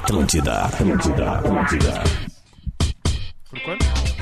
Atlântida. Por quanto?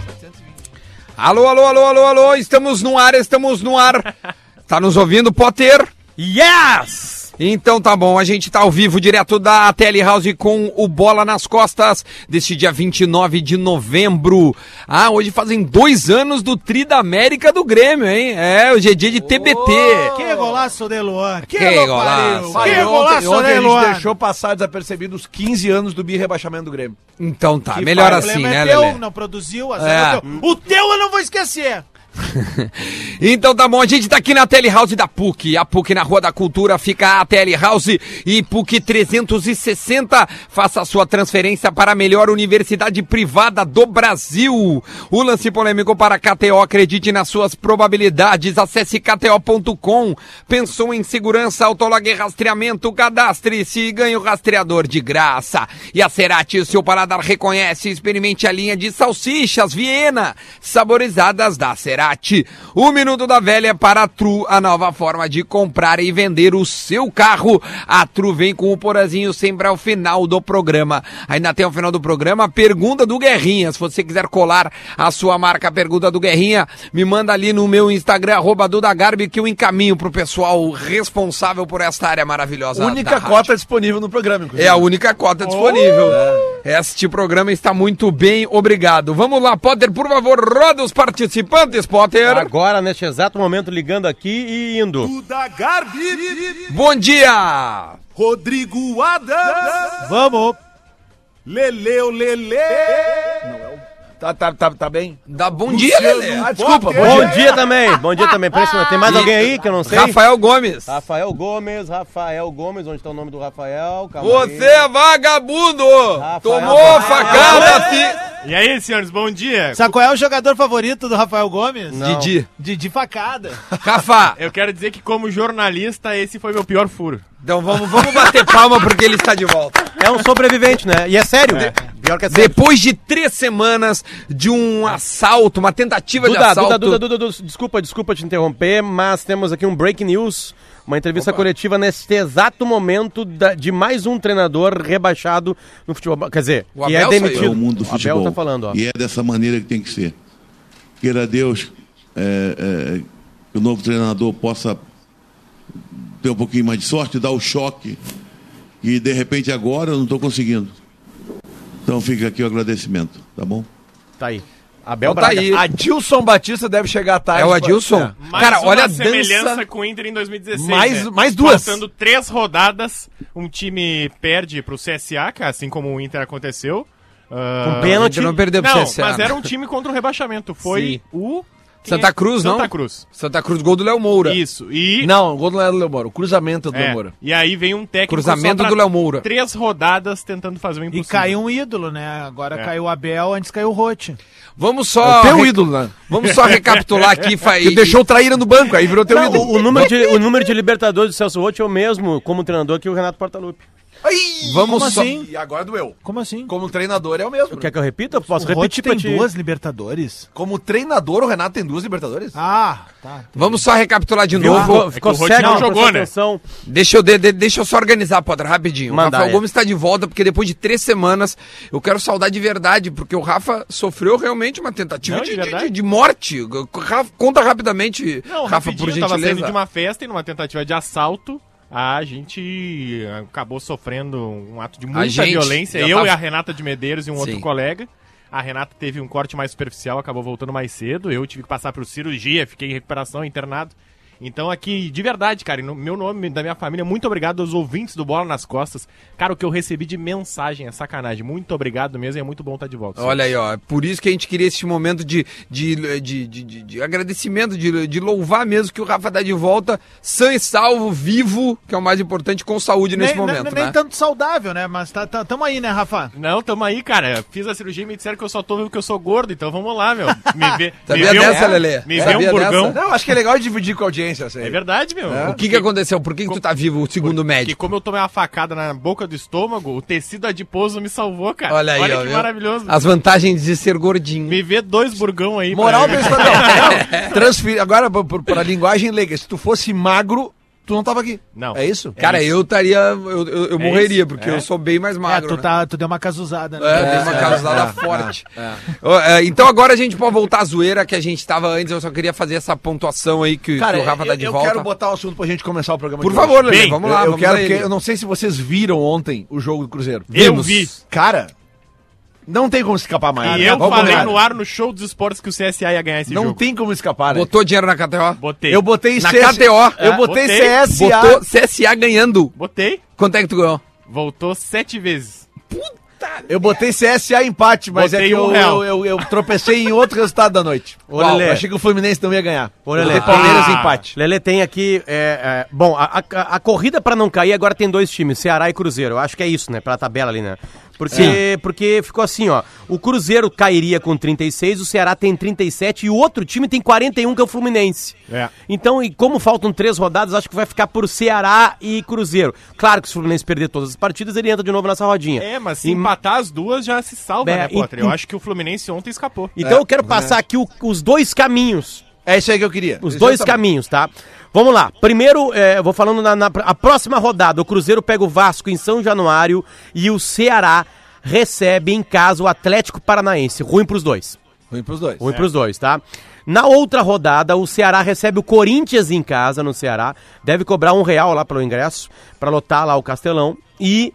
Alô, estamos no ar. Tá nos ouvindo, Potter? Yes! Então tá bom, a gente tá ao vivo direto da Telehouse com o Bola nas Costas deste dia 29 de novembro. Hoje fazem 2 anos do Tri da América do Grêmio, hein? Hoje é dia de TBT. Que golaço de Luan. Que golaço. Ontem a gente deixou passar desapercebido os 15 anos do bi-rebaixamento do Grêmio. Então tá, melhor assim, né, Lelê? Não produziu, o teu eu não vou esquecer. Então tá bom, a gente tá aqui na Telehouse da PUC. A PUC na Rua da Cultura fica a Telehouse e PUC 360. Faça a sua transferência para a melhor universidade privada do Brasil. O lance polêmico para KTO, acredite nas suas probabilidades. Acesse kto.com. Pensou em segurança, autolog e rastreamento? Cadastre-se e ganhe o rastreador de graça. E a Cerati, seu paladar reconhece. Experimente a linha de salsichas Viena, saborizadas da Cerati. O Minuto da Velha para a Tru, a nova forma de comprar e vender o seu carro. A Tru vem com o Porazinho sempre ao final do programa. Ainda tem ao final do programa a pergunta do Guerrinha. Se você quiser colar a sua marca, a pergunta do Guerrinha, me manda ali no meu Instagram, @DudaGarbi, que eu encaminho pro pessoal responsável por esta área maravilhosa. Única cota disponível no programa, inclusive. É a única cota disponível. Este programa está muito bem, obrigado. Vamos lá, Potter, por favor, roda os participantes, Potter. Agora, neste exato momento, ligando aqui e indo. Duda Garbi. Bom dia. Rodrigo Adams. Vamos. Leleu. Tá bem? Dá bom dia, Lelê. Desculpa. Bom dia também. Tem mais alguém aí que eu não sei? Rafael Gomes. Rafael Gomes, onde está o nome do Rafael? Calma Você aí. é vagabundo. Rafael Tomou Gomes. facada assim. E aí, senhores, bom dia. Sabe qual é o jogador favorito do Rafael Gomes? Não. Didi Facada. Rafa, Eu quero dizer que, como jornalista, esse foi meu pior furo. então vamos bater palma porque ele está de volta. É um sobrevivente, né? E é sério. Pior que é sério. Depois de 3 semanas de um assalto, uma tentativa de assalto. Duda, desculpa te interromper, mas temos aqui um break news, uma entrevista coletiva neste exato momento de mais um treinador rebaixado no futebol. Quer dizer, O que é Abel demitido. saiu. É o mundo do O Abel futebol. tá falando, ó. E é dessa maneira que tem que ser. Queira Deus que o novo treinador possa ter um pouquinho mais de sorte, dar o choque. E de repente agora eu não estou conseguindo. Então fica aqui o agradecimento, tá bom? Tá aí. Abel Então tá Braga. aí. Adilson Batista deve chegar tarde. É o Adilson? Mais Cara, uma olha a semelhança dança. com o Inter em 2016, Mais duas. Faltando 3 rodadas, um time perde pro CSA, assim como o Inter aconteceu. Com pênalti. Não perdeu pro Não, CSA. mas era um time contra o rebaixamento. Foi Sim. o... Santa Cruz, não? Santa Cruz. Santa Cruz, gol do Léo Moura. Isso. E... Não, o gol não era do Léo Moura. O cruzamento do Léo Moura. E aí vem um técnico Cruzamento só pra do Léo Moura. 3 rodadas tentando fazer o E impossível. caiu um ídolo, né? Agora caiu o Abel, antes caiu o Rote. Vamos só... Teu ídolo, né? Vamos só recapitular aqui. Que deixou o traíra no banco, aí virou teu Não, ídolo. o número de Libertadores do Celso Roth é o mesmo como treinador que o Renato Portaluppi. Vamos Como só... assim? E agora doeu. Como assim? Como treinador é o mesmo. Quer que eu repita? Eu posso O Rote repetir pra tem ti. 2 Libertadores? Como treinador, o Renato tem 2 Libertadores? Ah, tá. Vamos só recapitular de novo. Ficou que o Roth cego, não não jogou, prestou né? atenção. Deixa eu só organizar, Potter, rapidinho. O Manda Rafael aí. Gomes está de volta, porque depois de 3 semanas, eu quero saudar de verdade, porque o Rafa sofreu realmente uma tentativa Não, de verdade? de morte. Conta rapidamente, Não, Rafa, rapidinho, por eu tava saindo gentileza. de uma festa e numa tentativa de assalto, a gente acabou sofrendo um ato de muita gente violência. já Eu tava- e a Renata de Medeiros e um Sim. outro colega. A Renata teve um corte mais superficial, acabou voltando mais cedo. Eu tive que passar por cirurgia, fiquei em recuperação, internado. Então aqui, de verdade, cara, no meu nome, da minha família, muito obrigado aos ouvintes do Bola nas Costas. Cara, o que eu recebi de mensagem é sacanagem. Muito obrigado mesmo e é muito bom estar de volta. Olha aí, ó. Por isso que a gente queria esse momento de agradecimento, de louvar mesmo que o Rafa tá de volta, sã e salvo, vivo, que é o mais importante, com saúde nesse momento, nem né? tanto saudável, né? Mas tamo aí, né, Rafa? Não, tamo aí, cara. Fiz a cirurgia e me disseram que eu só tô vivo porque eu sou gordo, então vamos lá, meu. Me vê, Sabia dessa, Lelê? Me vê Sabia um burgão. dessa? Não, acho que é legal dividir com a audiência. Assim. É verdade, meu. O que aconteceu? Por que tu tá vivo, segundo o Porque médico? como eu tomei uma facada na boca do estômago, o tecido adiposo me salvou, cara. Olha aí, ó, que viu? maravilhoso. As vantagens de ser gordinho. Me vê 2 burgão aí. Moral pra- do estadual. Transferir. Agora, pra linguagem leiga, se tu fosse magro, tu não tava aqui. Não. É isso? Cara, eu estaria. Eu morreria, porque eu sou bem mais magro. Tu deu uma casuzada, né? Dei uma casada forte. Então agora a gente pode voltar à zoeira que a gente tava antes. Eu só queria fazer essa pontuação aí que o Rafa dá de volta. Eu quero botar o assunto pra gente começar o programa. Por de favor, hoje. Lelê, vamos lá. Eu vamos quero, lá, porque ele. eu não sei se vocês viram ontem o jogo do Cruzeiro. Eu vi. Cara, não tem como escapar mais. E eu Vamos falei lá. no ar no show dos esportes que o CSA ia ganhar esse Não jogo. tem como escapar, né? Botou dinheiro na KTO? Botei. Eu botei Na CS KTO. Eu botei Botei. CSA. Botou CSA ganhando. Botei. Quanto é que tu ganhou? Voltou 7 vezes. Eu botei CSA empate, mas Botei é que R$1. eu tropecei em outro resultado da noite. Ô, Lelê. Eu achei que o Fluminense não ia ganhar. Ô, Lelê. Botei Palmeiras empate. Lelê tem aqui. Bom, a corrida pra não cair agora tem 2 times, Ceará e Cruzeiro. Eu acho que é isso, né? Pela tabela ali, né? Porque ficou assim, ó. O Cruzeiro cairia com 36, o Ceará tem 37 e o outro time tem 41, que é o Fluminense. É. Então, e como faltam 3 rodadas, acho que vai ficar por Ceará e Cruzeiro. Claro que se o Fluminense perder todas as partidas, ele entra de novo nessa rodinha. Mas se empatar as duas já se salva, né, Potter? Eu e- acho que o Fluminense ontem escapou. Então eu quero passar aqui os 2 caminhos. É isso aí que eu queria. Os 2 Exatamente. caminhos, tá? Vamos lá. Primeiro, eu vou falando a próxima rodada. O Cruzeiro pega o Vasco em São Januário e o Ceará recebe em casa o Atlético Paranaense. Ruim pros dois. Ruim pros dois. Ruim pros dois, tá? Na outra rodada, o Ceará recebe o Corinthians em casa, no Ceará. Deve cobrar R$1 lá pelo ingresso, pra lotar lá o Castelão. E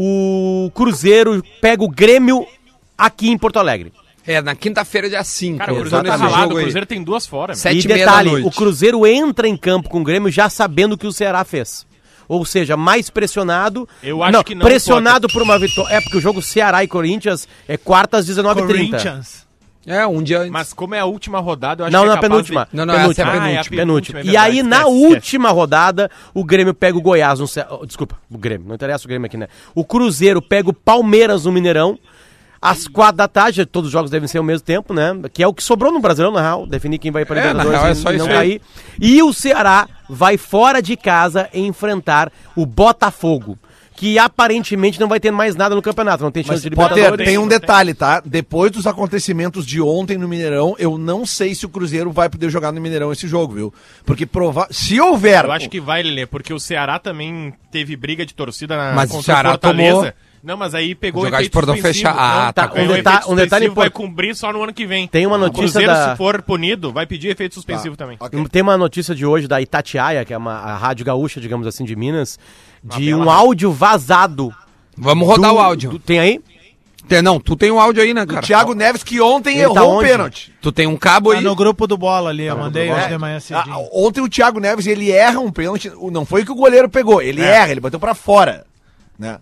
o Cruzeiro pega o Grêmio aqui em Porto Alegre. Na quinta-feira, dia 5. Cara, o Cruzeiro tá ralado, o Cruzeiro tem 2 fora. Sete E e meia detalhe, da noite. o Cruzeiro entra em campo com o Grêmio já sabendo o que o Ceará fez. Ou seja, mais pressionado. Eu acho que não, pressionado por uma vitória. Porque o jogo Ceará e Corinthians é quarta às 19h30. Corinthians. Um dia antes. Mas como é a última rodada, eu acho Não, que não, é capaz penúltima. Não, não, penúltima. essa é a penúltima. Penúltima. É E verdade, aí, na esquece. última rodada, o Grêmio pega o Goiás no desculpa, o Grêmio. Não interessa o Grêmio aqui, né? O Cruzeiro pega o Palmeiras no Mineirão. Às 4h, todos os jogos devem ser ao mesmo tempo, né? Que é o que sobrou no Brasileirão, na real. Definir quem vai para Libertadores na real, é e só não isso cair. aí. E o Ceará vai fora de casa enfrentar o Botafogo, que aparentemente não vai ter mais nada no campeonato. Não tem chance Mas, de Potter, Libertadores. tem um detalhe, tá? Depois dos acontecimentos de ontem no Mineirão, eu não sei se o Cruzeiro vai poder jogar no Mineirão esse jogo, viu? Porque se houver... Eu acho que vai, Lelê, porque o Ceará também teve briga de torcida Mas contra o Ceará Fortaleza. tomou- Não, mas aí pegou Jogar de efeito portão suspensivo. fechado. Ah, tá. Pegou Um efeito detalhe suspensivo, vai import- cumprir só no ano que vem. Tem uma O notícia Cruzeiro, da... se for punido, vai pedir efeito suspensivo também. Tem uma notícia de hoje da Itatiaia, que é a rádio gaúcha, digamos assim, de Minas, de bela um rádio. áudio vazado. Vamos rodar o áudio. Tem aí? Não, tu tem um áudio aí, né, O cara? Thiago Neves, que ontem Ele errou tá um onde? pênalti. Tu tem um cabo Tá aí. no grupo do Bola ali, eu mandei É. hoje de manhã cedinho. Ontem o Thiago Neves, ele erra um pênalti, não foi que o goleiro pegou, ele erra, ele bateu pra fora, né?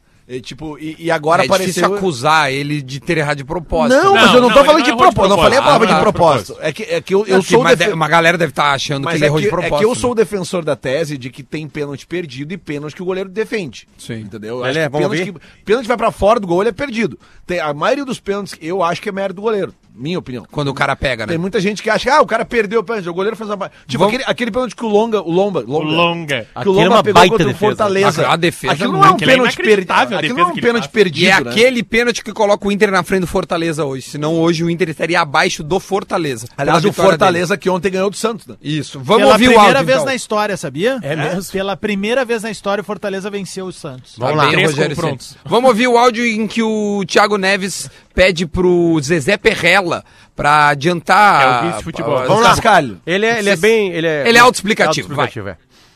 E agora É difícil apareceu... acusar ele de ter errado de propósito. Não, Não, mas eu não tô não, falando ele de não errou de propósito, não falei a palavra propósito. de propósito. É que eu sou Mas uma galera deve estar achando que ele errou de propósito. É que eu né? sou o defensor da tese de que tem pênalti perdido e pênalti que o goleiro defende. Sim. Entendeu? Eu Lelê, acho que vamos pênalti, ouvir? pênalti vai pra fora do gol, ele é perdido. A maioria dos pênaltis, eu acho que é mérito do goleiro. Minha opinião. Quando o cara pega, né? Tem muita gente que acha que o cara perdeu o pênalti, o goleiro fez uma... Tipo, Vamos- aquele pênalti que o Lomba, Longa. que Aquilo o é Lomba uma pegou baita contra o defesa. Fortaleza. A defesa Aquilo não é um aquilo é pênalti perdido. inacreditável, a Aquilo defesa não é um que ele pênalti faz. perdido, E é né? aquele pênalti que coloca o Inter na frente do Fortaleza hoje. Senão hoje o Inter estaria abaixo do Fortaleza. Aliás, Pela o vitória Fortaleza que ontem ganhou do Santos, né? dele. Isso. Vamos Pela ouvir o primeira áudio, vez então. na história, sabia? É mesmo? Pela primeira vez na história, o Fortaleza venceu o Santos. Vamos Tá lá. bem, 3 Rogério confrontos. Ceni. Vamos ouvir o áudio em que o Thiago Neves pede pro Zezé Perrella pra adiantar... É o vice-futebol. Vamos lá. Cascalho. Ele é bem... Ele é autoexplicativo, autoexplicativo, é.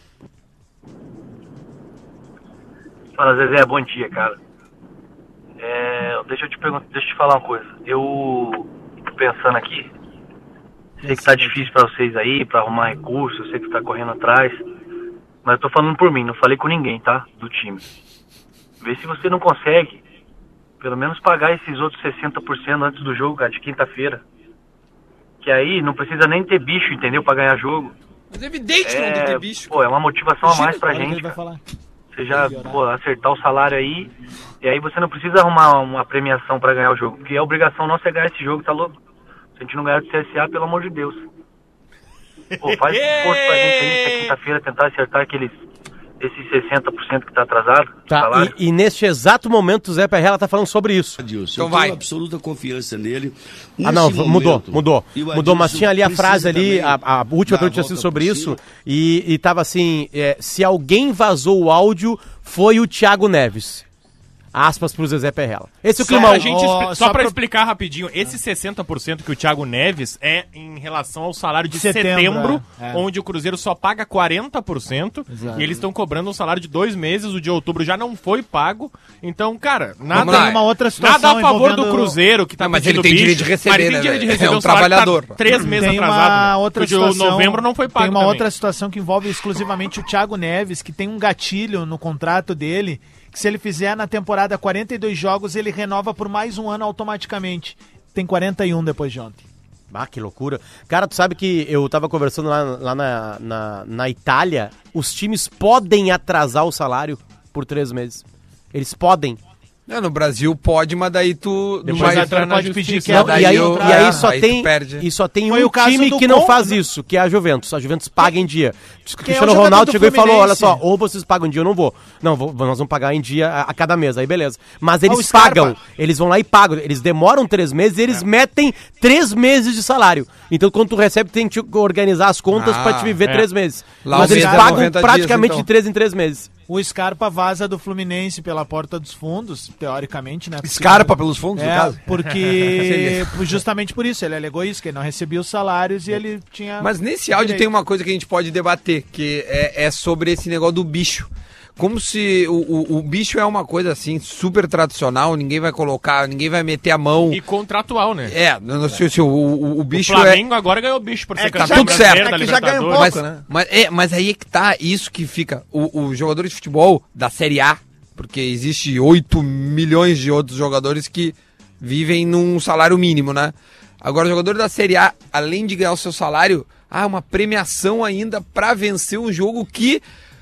Fala, Zezé, bom dia, cara. Deixa eu te falar uma coisa. Eu tô pensando aqui, sei que tá difícil pra vocês aí, pra arrumar recursos, eu sei que tá correndo atrás, mas eu tô falando por mim, não falei com ninguém, tá? Do time. Vê se você não consegue, pelo menos pagar esses outros 60% antes do jogo, cara, de quinta-feira. Que aí não precisa nem ter bicho, entendeu? Pra ganhar jogo. Mas é evidente que não tem que ter bicho. Pô, é uma motivação a mais pra Olha o que gente, ele vai cara. falar. Você já acertar o salário aí, e aí você não precisa arrumar uma premiação pra ganhar o jogo, porque a obrigação nossa é ganhar esse jogo, tá louco? Se a gente não ganhar do CSA, pelo amor de Deus. Pô, faz esforço pra gente aí, até quinta-feira, tentar acertar esses 60% que está atrasado? Tá, salário? e neste exato momento o Zé Perrella tá falando sobre isso. Adilson, Então eu vai. tenho absoluta confiança nele. Ah, não, Nesse mudou, momento, mudou. e o Mudou, mas Adilson tinha ali a frase ali, precisa também a última dar a tinha sido volta sobre por isso, cima. e tava assim, se alguém vazou o áudio, foi o Thiago Neves. Aspas pro Zezé Perrella. Esse é o Só climão. pra, gente, Ó, só só pra pra- explicar rapidinho, esse 60% que o Thiago Neves é em relação ao salário de Setembro, setembro, é. onde o Cruzeiro só paga 40%, e eles estão cobrando um salário de 2 meses, o de outubro já não foi pago. Então, cara, nada, Vamos lá. Tem uma outra situação nada a favor envolvendo- do Cruzeiro, que tá Não, mas pedindo ele tem bicho, direito de receber, mas ele tem né, direito de velho? receber É um salário que trabalhador. Tá 3 meses Tem atrasado, uma né? outra Porque o situação, novembro não foi pago Tem uma também. outra situação que envolve exclusivamente o Thiago Neves, que tem um gatilho no contrato dele, que se ele fizer na temporada 42 jogos, ele renova por mais um ano automaticamente. Tem 41 depois de ontem. Ah, que loucura. Cara, tu sabe que eu tava conversando lá na Itália, os times podem atrasar o salário por 3 meses. Eles podem. No Brasil pode, mas daí tu... Depois mas- vai entrar na pode justiça. pedir que Não, daí e aí, eu- e aí só aí tu tem, perde. e só tem Foi um o caso time do que não Conte, faz né? isso, que é a Juventus. A Juventus paga em dia. O Quem Cristiano é o jogador Ronaldo do chegou e falou, olha Fluminense? só, ou vocês pagam em dia ou eu não vou. Não, nós vamos pagar em dia a cada mês, aí beleza. Mas o eles Scarpa. pagam, eles vão lá e pagam. Eles demoram 3 meses e eles metem 3 meses de salário. Então quando tu recebe, tem que organizar as contas pra te viver 3 meses. Lá Mas o eles mês é pagam 90 praticamente dias, de 3 em 3 meses. O Scarpa vaza do Fluminense pela porta dos fundos, teoricamente, né? Porque- Scarpa pelos fundos, no É, caso. porque justamente por isso, ele alegou isso, que ele não recebia os salários e ele tinha... Mas nesse áudio direito. tem uma coisa que a gente pode debater, que é sobre esse negócio do bicho. Como se o bicho é uma coisa assim, super tradicional, ninguém vai colocar, ninguém vai meter a mão. E contratual, né? Não sei se o O bicho Flamengo agora ganhou bicho por ser que campeão tudo certo. brasileiro da É que já ganha um Libertadores. pouco. Mas aí é que tá, isso que fica. Os jogadores de futebol da Série A, porque existe 8 milhões de outros jogadores que vivem num salário mínimo, né? Agora, o jogador da Série A, além de ganhar o seu salário, uma premiação ainda pra vencer um jogo que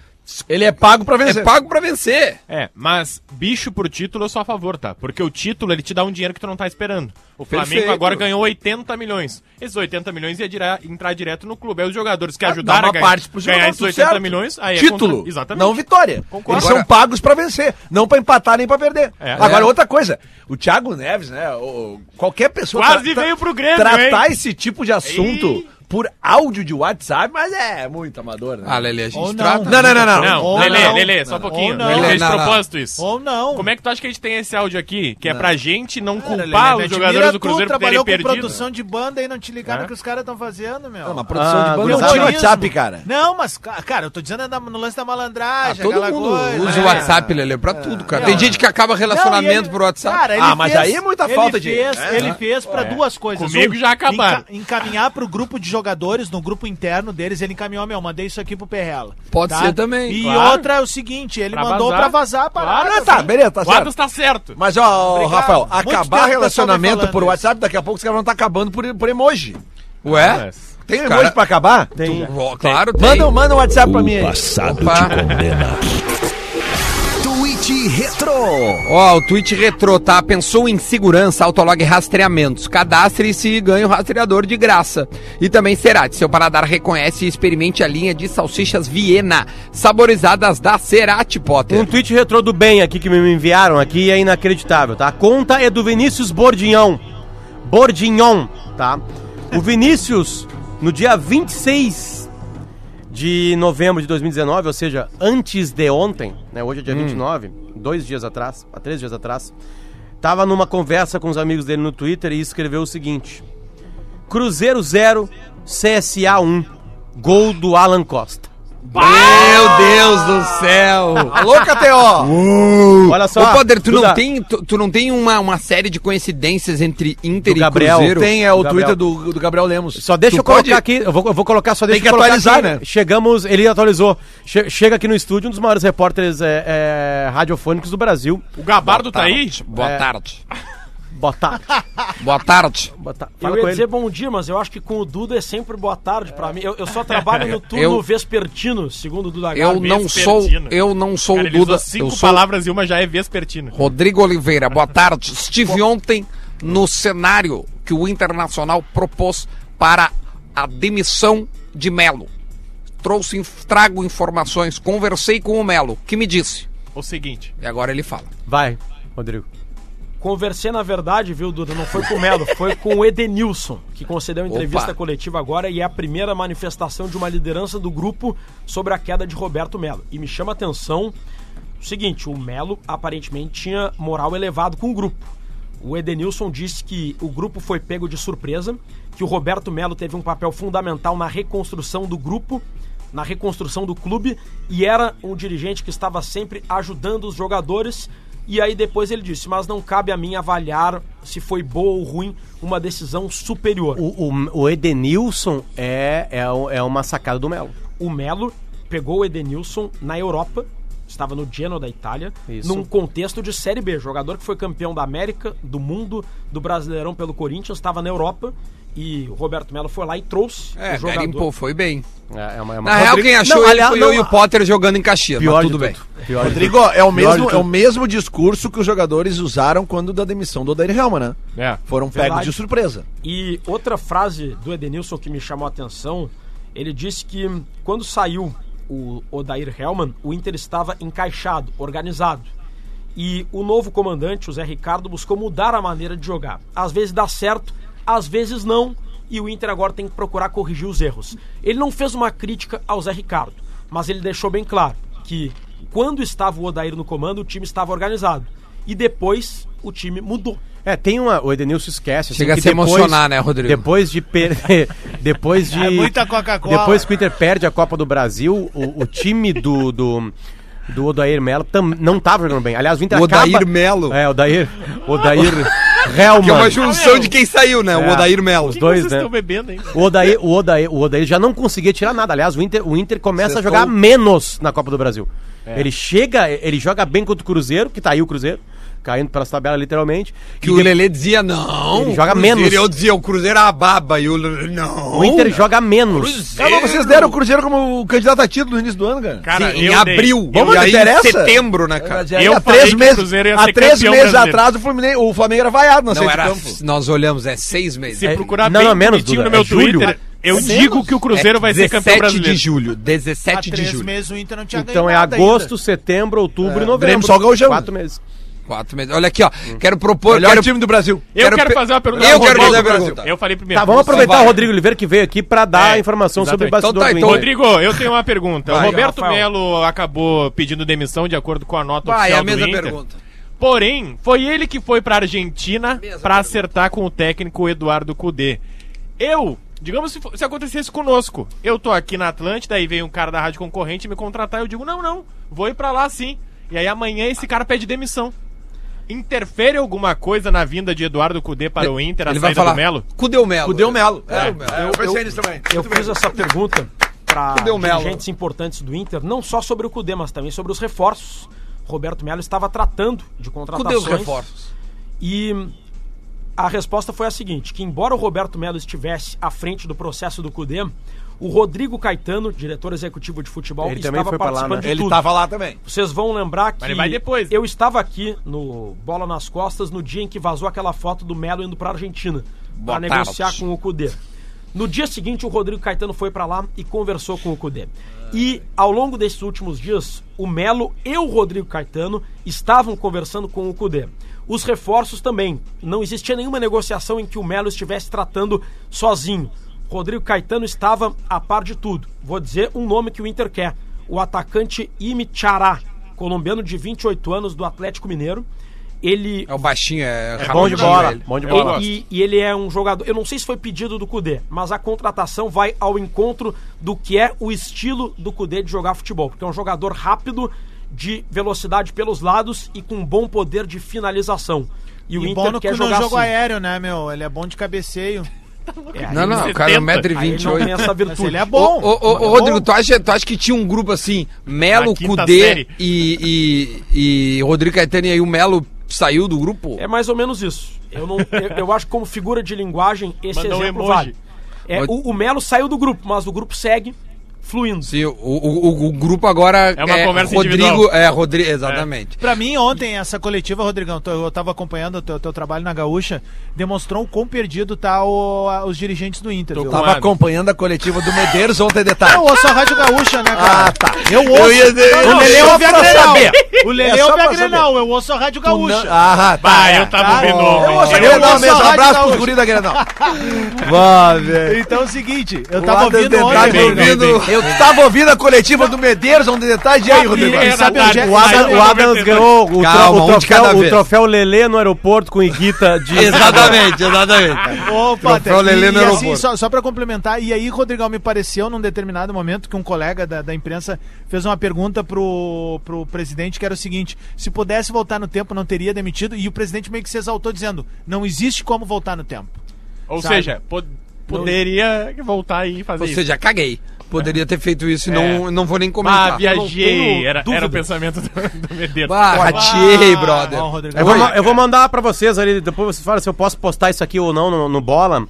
Ele é pago pra vencer. é pago pra vencer. Mas bicho por título eu sou a favor, tá? Porque o título, ele te dá um dinheiro que tu não tá esperando. O Flamengo Perfeito. agora ganhou 80 milhões. Esses 80 milhões ia entrar direto no clube. Aí os jogadores que Dá ajudaram uma a parte pros ganhar jogadores, esses tudo 80 certo. milhões, aí Título, Exatamente. não vitória. Concordo. Eles são pagos pra vencer, não pra empatar nem pra perder. É. Agora, É. outra coisa, o Thiago Neves, né, qualquer pessoa... Quase veio pro Grêmio, tratar hein? esse tipo de assunto Ih. por áudio de WhatsApp, mas é muito amador, né? Lelê, a gente Ou não. trata. Não, Ou Lelê, só um Ou pouquinho. não. Ele fez de Não, não. propósito isso. Ou não. Como é que tu acha que a gente tem esse áudio aqui? Que é pra gente não Cara, culpar Lelê, os me jogadores admira do Cruzeiro tu, por terem trabalhou com perdido? produção de banda e não te ligaram É? o que os caras estão fazendo, meu. Não, uma produção de banda não gurizada. tinha WhatsApp, cara. Não, mas, cara, eu tô dizendo no lance da malandragem, Todo aquela mundo coisa, usa né? o WhatsApp, Lelê, pra tudo, cara. Não, Tem gente que acaba relacionamento Não, e ele- por WhatsApp. Cara, ele mas fez- aí é muita ele falta de- fez- é, Ele fez pra duas coisas. Comigo já acabaram. Encaminhar pro grupo de jogadores, no grupo interno deles, ele encaminhou, mandei isso aqui pro Perrella. Pode ser também, E claro. outra é o seguinte, ele Pra mandou vazar. pra vazar a parada. Claro, Ah, tá, beleza, tá O certo. Adams tá certo. Mas, ó, Obrigado. Rafael, Muito acabar tempo o pessoal relacionamento vem falando por isso. WhatsApp, daqui a pouco os caras vão estar acabando por emoji. Ué? Tem Os emoji cara- pra acabar? Claro, tem. Manda um WhatsApp pra mim aí. Opa. Tweet Retro. Ó, o tweet retrô, tá? Pensou em segurança, Autolog Rastreamentos. Cadastre-se e ganhe o rastreador de graça. E também Cerati, seu paladar reconhece e experimente a linha de salsichas Viena, saborizadas da Cerati, Potter. Um tweet retrô do bem aqui que me enviaram aqui é inacreditável, tá? A conta é do Vinícius Bordignon, tá? O Vinícius, no dia 26 de novembro de 2019, ou seja, antes de ontem, né? Hoje é dia 29, 3 dias atrás, tava numa conversa com os amigos dele no Twitter e escreveu o seguinte: Cruzeiro 0, CSA 1, gol do Alan Costa. Meu Deus do céu! Alô, KTO! Olha só, Ô, Poder, tu Duda, não tem uma série de coincidências entre Inter Do e Gabriel. Cruzeiro? Tem, é o Gabriel. Twitter do Gabriel Lemos. Só deixa Tu eu colocar pode- aqui, eu vou colocar, só deixa que eu colocar atualizar, aqui. né? Chegamos, ele atualizou. Chega aqui no estúdio um dos maiores repórteres radiofônicos do Brasil. O Gabardo tá aí? Boa tarde. Boa tarde. Boa tarde. Fala Eu ia com dizer ele. bom dia, mas eu acho que com o Duda é sempre boa tarde pra mim. Eu só trabalho no turno vespertino, segundo o Duda Eu Garbi. não sou Cara, o ele Duda. usou 5 Eu sou palavras e uma já é vespertino. Rodrigo Oliveira. Boa tarde. Estive ontem no cenário que o Internacional propôs para a demissão de Melo. trago informações, conversei com o Melo, que me disse. O seguinte. E agora ele fala. Vai, Rodrigo. Conversei, na verdade, viu, Duda, não foi com o Melo, foi com o Edenilson, que concedeu entrevista coletiva agora e é a primeira manifestação de uma liderança do grupo sobre a queda de Roberto Melo. E me chama a atenção o seguinte, o Melo aparentemente tinha moral elevado com o grupo. O Edenilson disse que o grupo foi pego de surpresa, que o Roberto Melo teve um papel fundamental na reconstrução do grupo, na reconstrução do clube, e era um dirigente que estava sempre ajudando os jogadores. E aí depois ele disse, mas não cabe a mim avaliar se foi boa ou ruim uma decisão superior. O Edenilson é uma sacada do Melo. O Melo pegou o Edenilson na Europa, estava no Genoa da Itália, num contexto de Série B. Jogador que foi campeão da América, do mundo, do Brasileirão pelo Corinthians, estava na Europa. E o Roberto Melo foi lá e trouxe o jogador. Garimpou, foi bem. Na real, quem achou foi eu e o Potter jogando em Caxias, mas tudo bem. Rodrigo, é o mesmo discurso que os jogadores usaram quando da demissão do Odair Helman, né? Foram pegos de surpresa. E outra frase do Edenilson que me chamou a atenção, ele disse que quando saiu o Odair Helman, o Inter estava encaixado, organizado. E o novo comandante, o Zé Ricardo, buscou mudar a maneira de jogar. Às vezes dá certo, às vezes não, e o Inter agora tem que procurar corrigir os erros. Ele não fez uma crítica ao Zé Ricardo, mas ele deixou bem claro que quando estava o Odair no comando, o time estava organizado. E depois o time mudou. O Edenilson esquece. Chega a se emocionar, né, Rodrigo? Depois de muita Coca-Cola. Depois que o Inter perde a Copa do Brasil, o time do Odair Melo não estava jogando bem. Aliás, o Inter Odair Melo. Odair Helman. Que é uma junção de quem saiu, né? O Odair Melo. Os dois, vocês né? estão bebendo ainda? O Odair já não conseguia tirar nada. Aliás, o Inter começa a jogar menos na Copa do Brasil. Ele joga bem contra o Cruzeiro, que tá aí o Cruzeiro, caindo pelas tabelas literalmente. Que o Lelê dizia, não. Ele joga menos. Eu dizia, o Cruzeiro é a baba. E o Lelê, não. O Inter joga menos. Cara, vocês deram o Cruzeiro como candidato a título no início do ano, cara. Cara, em abril. Vamos, e aí interessa? em setembro, né, cara? Eu há falei três que o meses, Cruzeiro ia há ser 3 campeão meses brasileiro. atrás o Flamengo era vaiado na Não, saída de campo. nós olhamos, 6 meses. Se procurar não, bem menos, bonitinho Duda, no meu julho. Twitter, eu digo que o Cruzeiro vai ser campeão 17 brasileiro. de julho. 17 Há de 3 julho. meses o Inter não tinha Então ganho nada agosto, ainda. setembro, outubro e novembro. Grêmio só Gauchão. 4 meses. 4 meses. Olha aqui, ó. Quero propor... Melhor time do Brasil. Eu quero fazer uma pergunta. Eu ao quero Rodrigo. fazer a pergunta. Eu falei primeiro. Tá, vamos aproveitar vai. o Rodrigo Oliveira que veio aqui pra dar a informação sobre o exatamente. bastidor do Então, Inter. Rodrigo, eu tenho uma pergunta. Vai, o Roberto Rafael. Melo acabou pedindo demissão de acordo com a nota Vai, oficial a mesma do Inter. pergunta. Porém, foi ele que foi pra Argentina pra acertar com o técnico Eduardo Cudê. Digamos se acontecesse conosco, eu tô aqui na Atlântida, aí veio um cara da rádio concorrente me contratar, eu digo, não, vou ir pra lá sim. E aí amanhã esse cara pede demissão. Interfere alguma coisa na vinda de Eduardo Cudê para o Inter, a Ele vai saída falar, do Melo? Cudeu Melo. Cudeu Melo. Eu pensei nisso também. Eu fiz essa pergunta para Cudê o Melo. dirigentes importantes do Inter, não só sobre o Cudê, mas também sobre os reforços. Roberto Melo estava tratando de contratações. Cudê os reforços. E a resposta foi a seguinte, que embora o Roberto Melo estivesse à frente do processo do Cudê, o Rodrigo Caetano, diretor executivo de futebol, Ele também estava foi pra lá, participando né? de Ele tudo. tava lá também. Vocês vão lembrar que ele vai depois. eu estava aqui no Bola nas Costas no dia em que vazou aquela foto do Melo indo para a Argentina Boa para tarde. negociar com o Cudê. No dia seguinte, o Rodrigo Caetano foi para lá e conversou com o Cudê. E ao longo desses últimos dias, o Melo e o Rodrigo Caetano estavam conversando com o Cudê. Os reforços também. Não existia nenhuma negociação em que o Melo estivesse tratando sozinho. Rodrigo Caetano estava a par de tudo. Vou dizer um nome que o Inter quer. O atacante Imi Chará, colombiano de 28 anos do Atlético Mineiro. Ele É o baixinho, é Bom de bola, ele. bom de bola. e ele é um jogador, eu não sei se foi pedido do Cudê, mas a contratação vai ao encontro do que é o estilo do Cudê de jogar futebol, porque é um jogador rápido, de velocidade pelos lados e com bom poder de finalização. E o E Inter bom no quer jogar jogo assim. aéreo, né, meu? Ele é bom de cabeceio. Não, o cara é 70. Aí ele não tem 1,28m. essa Mas virtude. ele é bom. Ô, Rodrigo, tu acha que tinha um grupo assim, Melo, Na quinta Cudê série. e Rodrigo Caetano, e aí o Melo saiu do grupo? É mais ou menos isso. Eu acho que como figura de linguagem, esse Mandou um exemplo emoji. vale. O Melo saiu do grupo, mas o grupo segue fluindo. Sim, o grupo agora É uma conversa Rodrigo, individual. Rodrigo, exatamente. Pra mim, ontem, essa coletiva, Rodrigão, eu tava acompanhando o teu trabalho na Gaúcha, demonstrou o quão perdido tá os dirigentes do Inter. Tô viu? com Tava acompanhando a coletiva do Medeiros ontem de tarde. Eu ouço a Rádio Gaúcha, né, cara? Ah, tá. Eu ouço. Eu ia dizer- o Lelê só ouve a pra Grenal. saber. O Lelê É só ouve a pra Grenal, eu ouço a Rádio Tu não- Gaúcha. Ah, tá. Eu tava ouvindo Eu ontem. ouço a Eu Grenal ouço mesmo. a Rádio Abraço pros Gaúcha. guris da Grenal. Vá, velho. Então é o seguinte, eu O tava Adams ouvindo de ontem. tarde Rodrigão. ouvindo- Eu tava ouvindo a coletiva do Medeiros ontem de tarde. E aí, Rodrigo? E sabe onde é- O Adams ganhou o, Calma, um de cada o vez. troféu Lelê no aeroporto com Iguita de... Exatamente. Ô, Potter, Troféu Lelê no e assim, aeroporto. só pra complementar, e aí, Rodrigão, me pareceu num determinado momento que um colega da imprensa fez uma pergunta pro presidente que era o seguinte: se pudesse voltar no tempo, não teria demitido, e o presidente meio que se exaltou dizendo, não existe como voltar no tempo. Ou Sabe? seja, poderia voltar aí e fazer Ou isso. seja, caguei. Poderia ter feito isso e não vou nem Ah, comentar. viajei. tenho Era o dúvida. pensamento do Medeiros. Ratei, brother. Bom, Rodrigão. Eu vou mandar pra vocês ali, depois vocês falam se eu posso postar isso aqui ou não no Bola.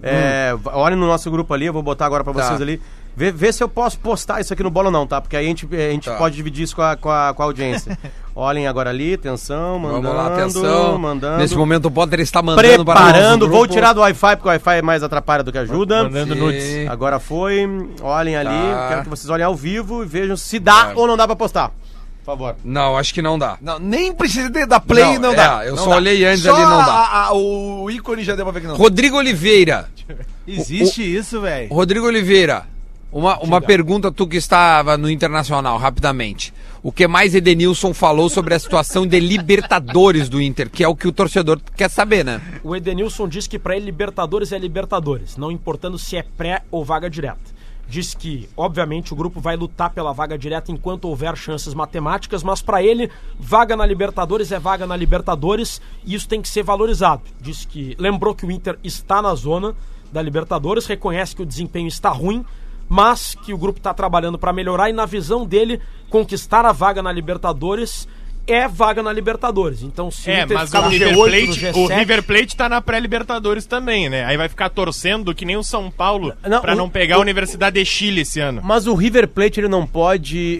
Olhem no nosso grupo ali, eu vou botar agora pra vocês ali. Vê se eu posso postar isso aqui no Bola ou não, tá? Porque aí a gente pode dividir isso com a audiência. Olhem agora ali, atenção, mandando. Vamos lá, atenção. Mandando. Nesse momento o Potter está mandando para o Preparando, nosso vou grupo. tirar do Wi-Fi, porque o Wi-Fi mais atrapalha do que ajuda. Mandando nudes. Sim. Agora foi, olhem ali, Tá. quero que vocês olhem ao vivo e vejam se dá ou não dá pra postar. Por favor. Não, acho que não dá. Não, nem precisa dar play, não dá. Eu Não só dá. olhei antes Só ali, não dá. O ícone já deu pra ver que não. Rodrigo Oliveira. Existe isso, velho. Rodrigo Oliveira, uma pergunta, tu que estava no Internacional, rapidamente. O que mais Edenilson falou sobre a situação de Libertadores do Inter, que é o que o torcedor quer saber, né? O Edenilson diz que pra ele Libertadores é Libertadores, não importando se é pré ou vaga direta. Diz que, obviamente, o grupo vai lutar pela vaga direta enquanto houver chances matemáticas, mas pra ele, vaga na Libertadores é vaga na Libertadores e isso tem que ser valorizado. Diz que lembrou que o Inter está na zona da Libertadores, reconhece que o desempenho está ruim, mas que o grupo está trabalhando para melhorar e, na visão dele, conquistar a vaga na Libertadores é vaga na Libertadores. Então, se o Inter Mas ficar o no River, G8, no Plate, G7... o River Plate tá na pré-Libertadores também, né? Aí vai ficar torcendo que nem o São Paulo pra não pegar a Universidade de Chile esse ano. Mas o River Plate ele não pode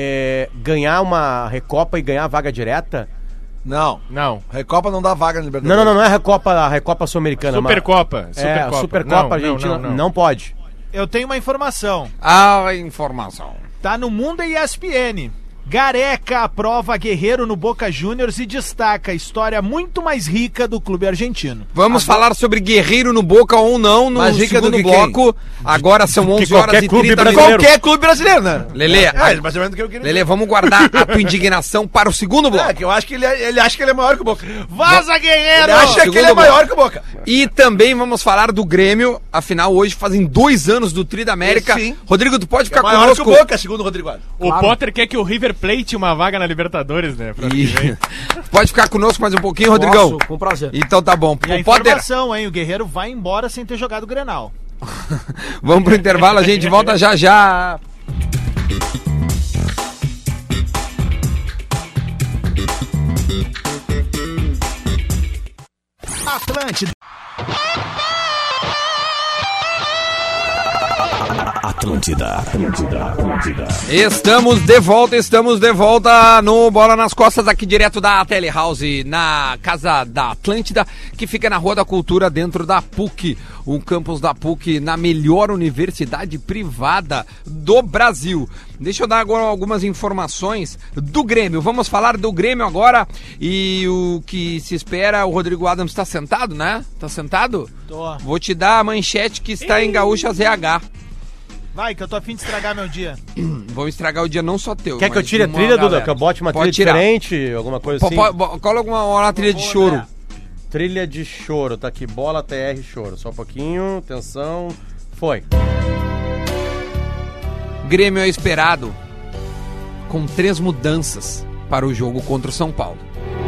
ganhar uma Recopa e ganhar a vaga direta? Não. Não. Recopa não dá vaga na Libertadores. Não é a Recopa Sul-Americana. Supercopa. A Supercopa Argentina não pode. Eu tenho uma informação. A informação. Tá no Mundo ESPN. Gareca aprova Guerreiro no Boca Juniors e destaca a história muito mais rica do clube argentino. Vamos falar sobre Guerreiro no Boca ou não no Mais rica do segundo que bloco. Agora são 11 horas qualquer e clube 30 brasileiro. minutos. Qualquer clube brasileiro, né? Lelê, mais ou menos do que eu queria Lelê, vamos guardar a tua indignação para o segundo bloco. que eu acho que ele acha que ele é maior que o Boca. Vaza, Guerreiro! Ele acha que segundo ele é bloco. maior que o Boca. E também vamos falar do Grêmio. Afinal, hoje fazem 2 anos do Tri da América. Sim. Rodrigo, tu pode É ficar maior conosco. que o Boca, segundo o Rodrigo Alves. O Potter quer que o River Plate uma vaga na Libertadores, né? Pra ano que vem. Pode ficar conosco mais um pouquinho, Rodrigão? Posso, com prazer. Então tá bom. E a O Potter, informação, hein? O Guerreiro vai embora sem ter jogado o Grenal. vamos pro intervalo, a gente volta já já. Atlântida. Estamos de volta no Bola nas Costas, aqui direto da Telehouse, na casa da Atlântida, que fica na Rua da Cultura, dentro da PUC, o campus da PUC, na melhor universidade privada do Brasil. Deixa eu dar agora algumas informações do Grêmio. Vamos falar do Grêmio agora e o que se espera, o Rodrigo Adams está sentado, né? Tá sentado? Tô. Vou te dar a manchete que está em Gaúcha ZH. Vai, que eu tô a fim de estragar meu dia. Vou estragar o dia não só teu. Quer que eu mas tire a de uma trilha, Duda? galera. Que eu bote uma Pode trilha tirar. diferente? Alguma coisa assim? Coloca uma trilha de choro. Trilha de choro, tá aqui, bola TR choro. Só um pouquinho, atenção. Foi. Grêmio é esperado com 3 mudanças para o jogo contra o São Paulo.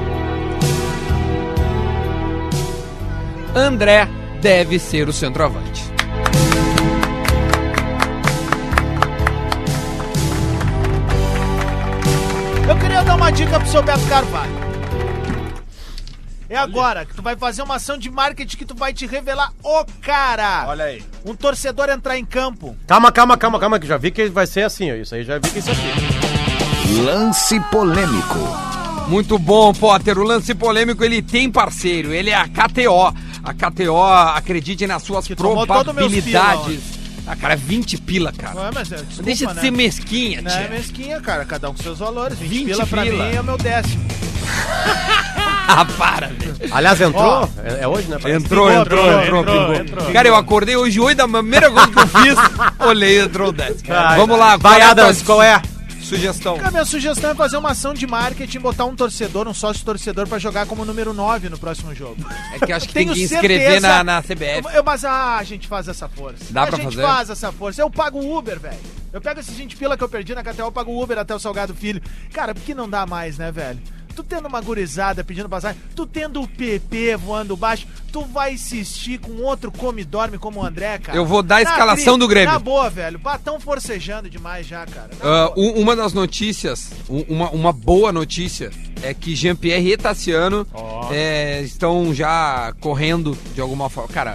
André deve ser o centroavante. Eu queria dar uma dica pro seu Beto Carvalho. É agora que tu vai fazer uma ação de marketing que tu vai te revelar o cara. Olha aí. Um torcedor entrar em campo. Calma, que já vi que vai ser assim, ó. Isso aí já vi que é isso aqui. Lance polêmico. Muito bom, Potter. O lance polêmico, ele tem parceiro. Ele é a KTO. A KTO, acredite nas suas probabilidades. Ah, cara, 20 pila, cara. Ué, mas desculpa, deixa de ser mesquinha, Não tia. é mesquinha, cara. Cada um com seus valores. 20 20 pila pra pila. mim é o meu 10º. Ah, para, velho. Aliás, entrou? Ó. É hoje, né? Parece. Entrou. Cara, eu acordei hoje 8 da primeira coisa que eu fiz, olhei e entrou 10. Vamos lá. Vai, qual é a Adams, tua qual é? Sugestão. A minha sugestão é fazer uma ação de marketing, botar um torcedor, um sócio torcedor pra jogar como número 9 no próximo jogo. É que eu acho que Tenho tem que inscrever certeza- na CBF. Mas a gente faz essa força. Dá pra A gente fazer? faz essa força. Eu pago o Uber, velho. Eu pego esses 20 pila que eu perdi na KTO, eu pago o Uber até o Salgado Filho. Cara, por que não dá mais, né, velho? Tu tendo uma gurizada pedindo passagem, tu tendo o PP voando baixo, tu vai insistir com outro come-dorme como o André, cara. Eu vou dar a escalação do Grêmio. Na boa, velho. Tão forcejando demais já, cara. Uma das notícias, uma boa notícia, é que Jean-Pierre e Tassiano estão já correndo de alguma forma. Cara,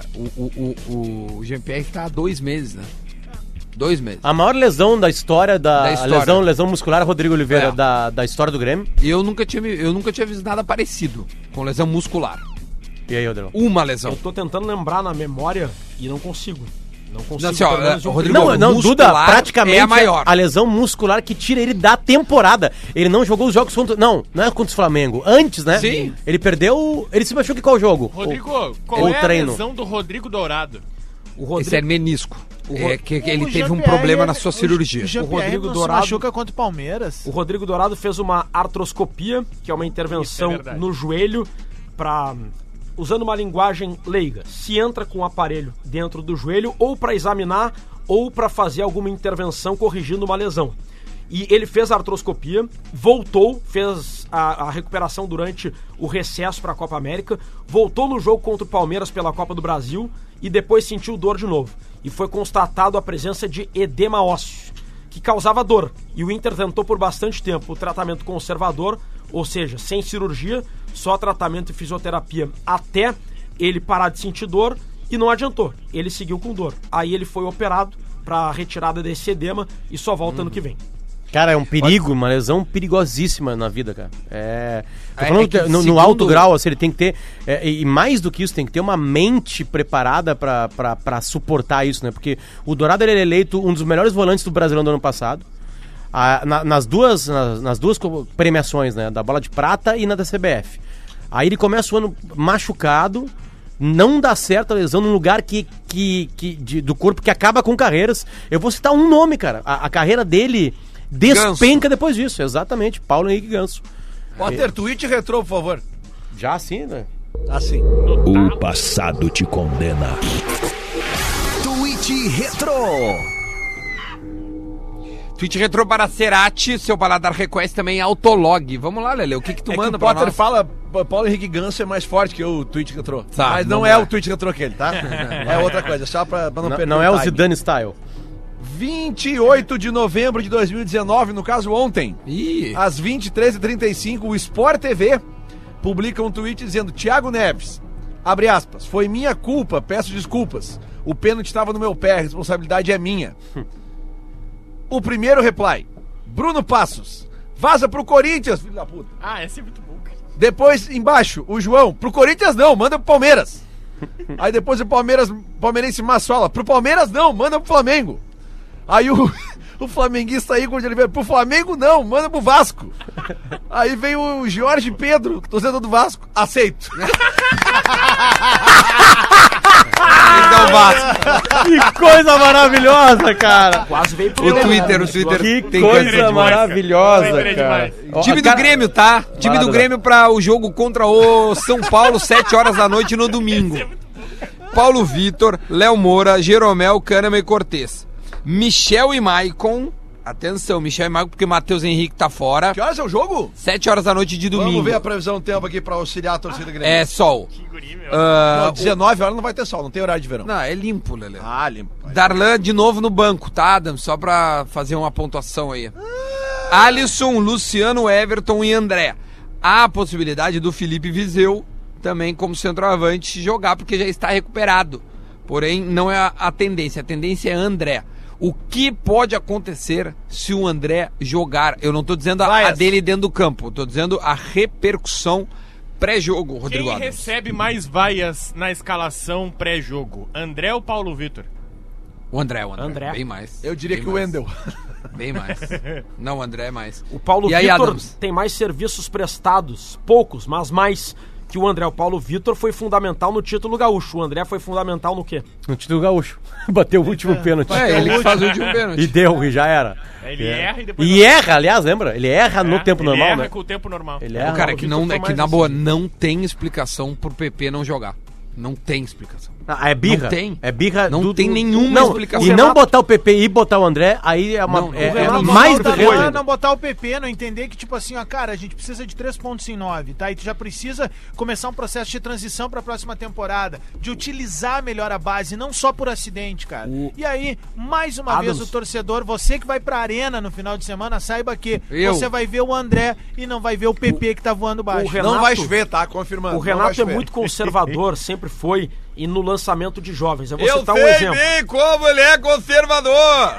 o Jean-Pierre está há 2 meses, né? 2 meses. A maior lesão da história história. lesão muscular, Rodrigo Oliveira, É. da história do Grêmio. E eu nunca tinha visto nada parecido com lesão muscular. E aí, Rodrigo? Uma lesão. Eu tô tentando lembrar na memória e não consigo. Não consigo. Assim, ó, pelo menos, Rodrigo, Não, Duda, muscular praticamente é a maior. a lesão muscular que tira ele da temporada. Ele não jogou os jogos contra... Não é contra o Flamengo. Antes, né? Sim. Ele perdeu... Ele se machucou em qual jogo? Rodrigo, qual ou é treino. a lesão do Rodrigo Dourado? O Rodrigo, Esse é menisco. É que ele O teve um Jean-Pierre, problema na sua cirurgia. O Jean-Pierre Rodrigo não Dourado- se machuca contra o Palmeiras. O Rodrigo Dourado fez uma artroscopia, que é uma intervenção Isso é verdade. no joelho, para usando uma linguagem leiga. Se entra com o aparelho dentro do joelho, ou para examinar, ou para fazer alguma intervenção corrigindo uma lesão. E ele fez a artroscopia, voltou, fez a recuperação durante o recesso para a Copa América, voltou no jogo contra o Palmeiras pela Copa do Brasil e depois sentiu dor de novo. E foi constatado a presença de edema ósseo, que causava dor. E o Inter tentou por bastante tempo o tratamento conservador, ou seja, sem cirurgia, só tratamento e fisioterapia até ele parar de sentir dor, e não adiantou. Ele seguiu com dor. Aí ele foi operado para retirada desse edema e só volta ano que vem. Cara, é um perigo, uma lesão perigosíssima na vida, cara. Tô falando que no segundo- alto grau, assim, ele tem que ter... e mais do que isso, tem que ter uma mente preparada pra suportar isso, né? Porque o Dourado, ele é eleito um dos melhores volantes do Brasileirão do ano passado. Nas duas premiações, né? Da Bola de Prata e na da CBF. Aí ele começa o ano machucado, não dá certo a lesão num lugar do corpo que acaba com carreiras. Eu vou citar um nome, cara. A carreira dele despenca depois disso. Exatamente, Paulo Henrique Ganso. Potter, tweet retrô, por favor. Já assim, né? Assim. O passado te condena. Tweet Retro. Tweet retrô para Cerati, seu paladar request também Autolog. Vamos lá, Lele, o que tu manda o pra Potter nós? fala, Paulo Henrique Ganso é mais forte que o tweet retrô. Tá, mas não vamos é lá. o tweet retrô que ele, tá? É outra coisa, só pra não perder Não é o time. Zidane Style. 28 de novembro de 2019, no caso ontem, Ih, às 23h35, o Sport TV publica um tweet dizendo: Thiago Neves, abre aspas, foi minha culpa, peço desculpas. O pênalti estava no meu pé, a responsabilidade é minha. O primeiro reply: Bruno Passos, vaza pro Corinthians, filho da puta. Ah, esse é muito bom, cara. Depois, embaixo, o João, pro Corinthians não, manda pro Palmeiras. Aí depois o palmeirense Massola, pro Palmeiras não, manda pro Flamengo. Aí o flamenguista Igor de Oliveira, pro Flamengo não, manda pro Vasco. Aí vem o Jorge Pedro, torcedor do Vasco, aceito. então Vasco. Que coisa maravilhosa, cara! Quase veio pro O Twitter Que tem coisa coisa. maravilhosa, Foi cara. demais. Ó, Time do cara- Grêmio, tá? Time do Duda. Grêmio pra o jogo contra o São Paulo, 7 horas da noite no domingo. Paulo Vitor, Léo Moura, Jeromel, Kahneman e Cortez. Michel e Maicon. Atenção, Michel e Maicon, porque Matheus Henrique tá fora. Que horas é o jogo? 7 horas da noite de domingo. Vamos ver a previsão do tempo aqui pra auxiliar a torcida Grêmio. É sol. Que guri, meu. Não, 19 horas não vai ter sol, não tem horário de verão. Não, é limpo, Lelê. Ah, limpo. Darlan de novo no banco, tá, Adam? Só pra fazer uma pontuação aí. Alisson, Luciano, Everton e André. Há a possibilidade do Felipe Viseu também como centroavante jogar, porque já está recuperado. Porém, não é a tendência. A tendência é André. O que pode acontecer se o André jogar? Eu não estou dizendo a dele dentro do campo, estou dizendo a repercussão pré-jogo, Rodrigo Quem Adams. recebe mais vaias na escalação pré-jogo? André ou Paulo Vitor? O André. André. Bem mais. Eu diria Bem que o mais. Wendel. Bem mais. Não, o André é mais. O Paulo E aí, Vitor Adams? tem mais serviços prestados, poucos, mas mais que o André. O Paulo Vitor foi fundamental no título gaúcho. O André foi fundamental no quê? No título gaúcho. Bateu o último pênalti. Ele que faz o último pênalti. E deu, e já era. Ele erra e depois... E erra, aliás, lembra? Ele erra no tempo normal, erra né? com o tempo normal. Ele O erra. cara o que Vitor não, foi é que mais na boa, decisivo. não tem explicação pro PP não jogar. Não tem explicação. Ah, é birra. Não tem. É birra. Não tem nenhuma não, explicação. E O não Renato- botar o PP e botar o André, aí é uma. Não, é, o é Renato mais do botar, que não, isso. não botar o PP, não entender que, tipo assim, ó, cara, a gente precisa de 3 pontos em 9, tá? E tu já precisa começar um processo de transição pra próxima temporada, de utilizar melhor a base, não só por acidente, cara. E aí, mais uma Adams. vez, o torcedor, você que vai pra arena no final de semana, saiba que Eu. você vai ver o André e não vai ver o PP que tá voando baixo. o Renato- Não vai chover, tá? Confirmando. O não vai Renato é chover. muito conservador, sempre foi, e no lançamento de jovens. Eu vou citar um exemplo. bem como ele é conservador.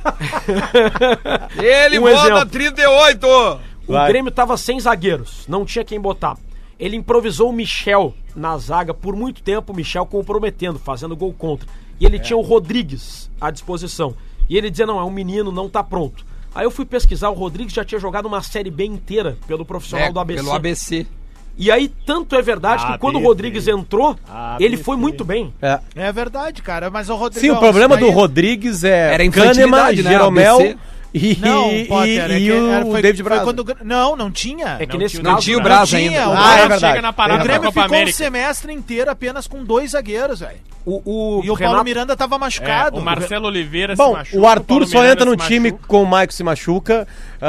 Ele Um bota exemplo. 38. O Vai. Grêmio tava sem zagueiros, não tinha quem botar. Ele improvisou o Michel na zaga por muito tempo, o Michel comprometendo, fazendo gol contra. E ele tinha o Rodrigues à disposição. E ele dizia, não, é um menino, não tá pronto. Aí eu fui pesquisar, o Rodrigues já tinha jogado uma Série B inteira pelo profissional do ABC. Pelo ABC. E aí, tanto é verdade que quando o Rodrigues entrou, ele foi muito bem. É verdade, cara, mas o Rodrigo... Sim, o problema do Rodrigues é Era Kahneman, infantilidade, né? Jeromel ABC. e, Não, e, Potter, é e que o David foi Braz. quando... Não tinha. É que Não nesse tinha- caso... não tinha o né? Braz Não ainda. tinha, o Ah, é Chega verdade. na O parada da Grêmio Copa ficou um América. semestre inteiro apenas com 2 zagueiros, velho. O E o Renato- Paulo Miranda tava machucado. O Marcelo Oliveira Bom, se machuca. o Arthur Paulo só Miranda entra no se time machuca. com o Maicon se machuca.